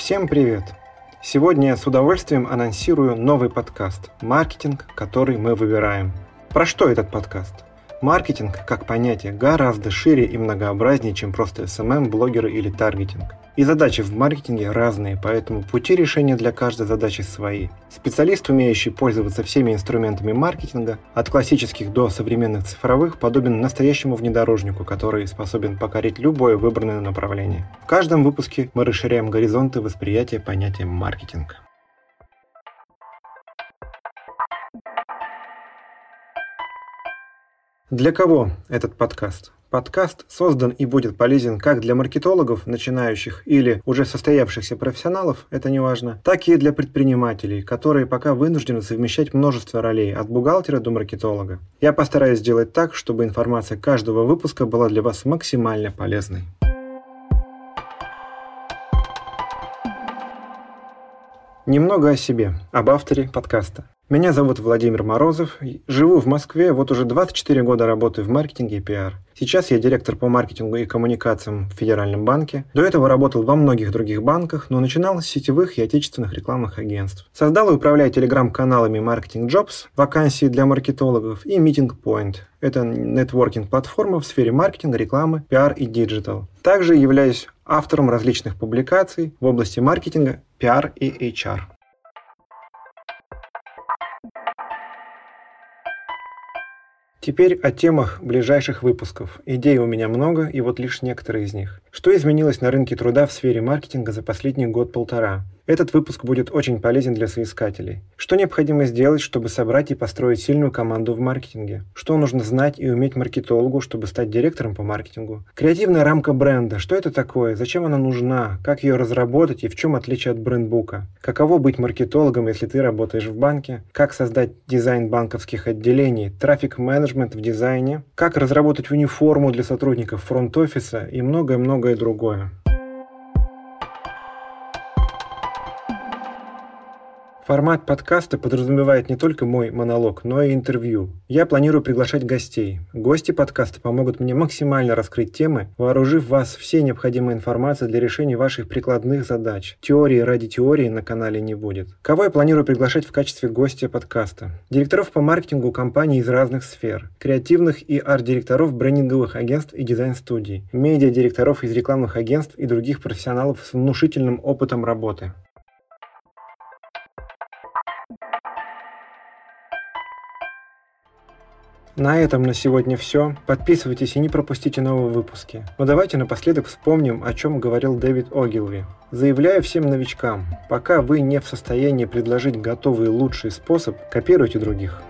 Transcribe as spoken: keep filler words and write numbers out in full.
Всем привет! Сегодня я с удовольствием анонсирую новый подкаст «Маркетинг, который мы выбираем». Про что этот подкаст? Маркетинг, как понятие, гораздо шире и многообразнее, чем просто эс эм эм, блогеры или таргетинг. И задачи в маркетинге разные, поэтому пути решения для каждой задачи свои. Специалист, умеющий пользоваться всеми инструментами маркетинга, от классических до современных цифровых, подобен настоящему внедорожнику, который способен покорить любое выбранное направление. В каждом выпуске мы расширяем горизонты восприятия понятия маркетинг. Для кого этот подкаст? Подкаст создан и будет полезен как для маркетологов, начинающих или уже состоявшихся профессионалов, это не важно, так и для предпринимателей, которые пока вынуждены совмещать множество ролей, от бухгалтера до маркетолога. Я постараюсь сделать так, чтобы информация каждого выпуска была для вас максимально полезной. Немного о себе, об авторе подкаста. Меня зовут Владимир Морозов, живу в Москве, вот уже двадцать четыре года работаю в маркетинге и пиар. Сейчас я директор по маркетингу и коммуникациям в Федеральном банке. До этого работал во многих других банках, но начинал с сетевых и отечественных рекламных агентств. Создал и управляю телеграм-каналами Marketing Jobs, вакансии для маркетологов и Meeting Point. Это нетворкинг-платформа в сфере маркетинга, рекламы, пиар и диджитал. Также являюсь автором различных публикаций в области маркетинга, пиар и эйч ар. Теперь о темах ближайших выпусков. Идей у меня много, и вот лишь некоторые из них. Что изменилось на рынке труда в сфере маркетинга за последний год-полтора? Этот выпуск будет очень полезен для соискателей. Что необходимо сделать, чтобы собрать и построить сильную команду в маркетинге? Что нужно знать и уметь маркетологу, чтобы стать директором по маркетингу? Креативная рамка бренда. Что это такое? Зачем она нужна? Как ее разработать и в чем отличие от брендбука? Каково быть маркетологом, если ты работаешь в банке? Как создать дизайн банковских отделений? Трафик-менеджмент в дизайне? Как разработать униформу для сотрудников фронт-офиса? И многое-многое другое. Формат подкаста подразумевает не только мой монолог, но и интервью. Я планирую приглашать гостей. Гости подкаста помогут мне максимально раскрыть темы, вооружив вас всей необходимой информацией для решения ваших прикладных задач. Теории ради теории на канале не будет. Кого я планирую приглашать в качестве гостя подкаста? Директоров по маркетингу компаний из разных сфер. Креативных и арт-директоров брендинговых агентств и дизайн-студий. Медиа-директоров из рекламных агентств и других профессионалов с внушительным опытом работы. На этом на сегодня все. Подписывайтесь и не пропустите новые выпуски. Но давайте напоследок вспомним, о чем говорил Дэвид Огилви. Заявляю всем новичкам, пока вы не в состоянии предложить готовый лучший способ, копируйте других.